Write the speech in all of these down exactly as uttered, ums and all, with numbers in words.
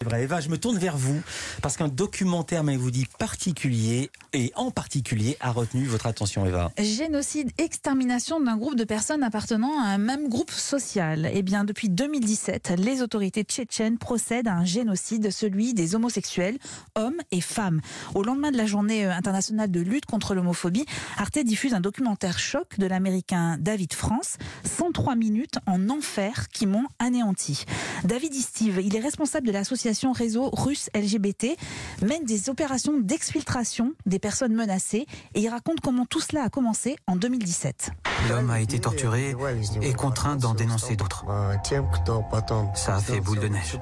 C'est vrai, Eva, je me tourne vers vous parce qu'un documentaire, mais vous dit particulier et en particulier a retenu votre attention, Eva. Génocide, extermination d'un groupe de personnes appartenant à un même groupe social. Eh bien, depuis deux mille dix-sept, les autorités tchétchènes procèdent à un génocide, celui des homosexuels, hommes et femmes. Au lendemain de la journée internationale de lutte contre l'homophobie, Arte diffuse un documentaire choc de l'américain David France, cent trois minutes en enfer qui m'ont anéanti. David Steve, il est responsable de l'association Réseau Russe L G B T, mène des opérations d'exfiltration des personnes menacées et il raconte comment tout cela a commencé en deux mille dix-sept. L'homme a été torturé et contraint d'en dénoncer d'autres. Ça a fait boule de neige.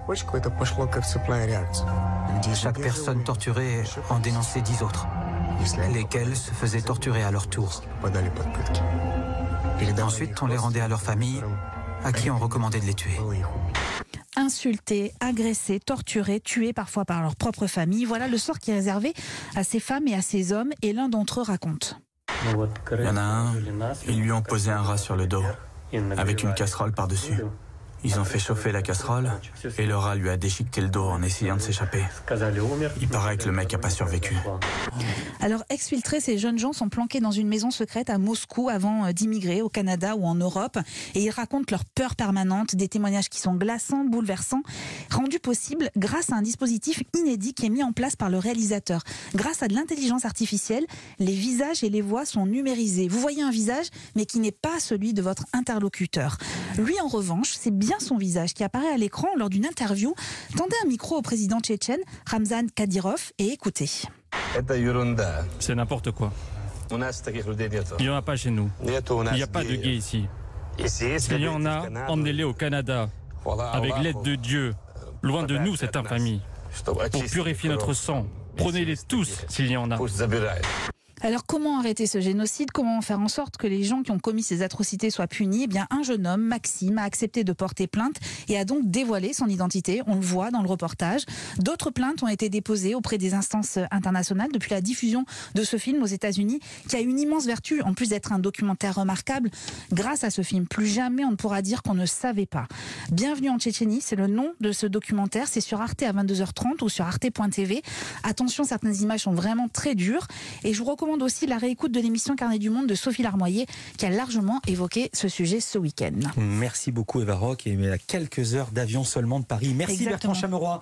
Chaque personne torturée en dénonçait dix autres, lesquels se faisaient torturer à leur tour. Ensuite, on les rendait à leur famille, à qui on recommandait de les tuer. Insultés, agressés, torturés, tués parfois par leur propre famille. Voilà le sort qui est réservé à ces femmes et à ces hommes, et l'un d'entre eux raconte. Il y en a un, ils lui ont posé un rat sur le dos, avec une casserole par-dessus. Ils ont fait chauffer la casserole et le rat lui a déchiqueté le dos en essayant de s'échapper. Il paraît que le mec n'a pas survécu. Alors, exfiltrés, ces jeunes gens sont planqués dans une maison secrète à Moscou avant d'immigrer au Canada ou en Europe. Et ils racontent leur peur permanente, des témoignages qui sont glaçants, bouleversants, rendus possibles grâce à un dispositif inédit qui est mis en place par le réalisateur. Grâce à de l'intelligence artificielle, les visages et les voix sont numérisés. Vous voyez un visage, mais qui n'est pas celui de votre interlocuteur. Lui, en revanche, c'est bien son visage qui apparaît à l'écran lors d'une interview. Tendez un micro au président tchétchène, Ramzan Kadyrov, et écoutez. C'est n'importe quoi. Il n'y en a pas chez nous. Il n'y a pas de gays ici. S'il y en a, emmenez-les au Canada, avec l'aide de Dieu. Loin de nous cette infamie. Pour purifier notre sang, prenez-les tous s'il y en a. Alors comment arrêter ce génocide? Comment faire en sorte que les gens qui ont commis ces atrocités soient punis? Eh bien, un jeune homme, Maxime, a accepté de porter plainte et a donc dévoilé son identité. On le voit dans le reportage. D'autres plaintes ont été déposées auprès des instances internationales depuis la diffusion de ce film aux États-Unis, qui a une immense vertu, en plus d'être un documentaire remarquable. Grâce à ce film, plus jamais on ne pourra dire qu'on ne savait pas. Bienvenue en Tchétchénie, c'est le nom de ce documentaire. C'est sur Arte à vingt-deux heures trente ou sur arte point t v. Attention, certaines images sont vraiment très dures et je vous recommande aussi la réécoute de l'émission Carnet du Monde de Sophie Larmoyer qui a largement évoqué ce sujet ce week-end. Merci beaucoup Eva Rock, et à quelques heures d'avion seulement de Paris. Merci. Exactement. Bertrand Chameroy.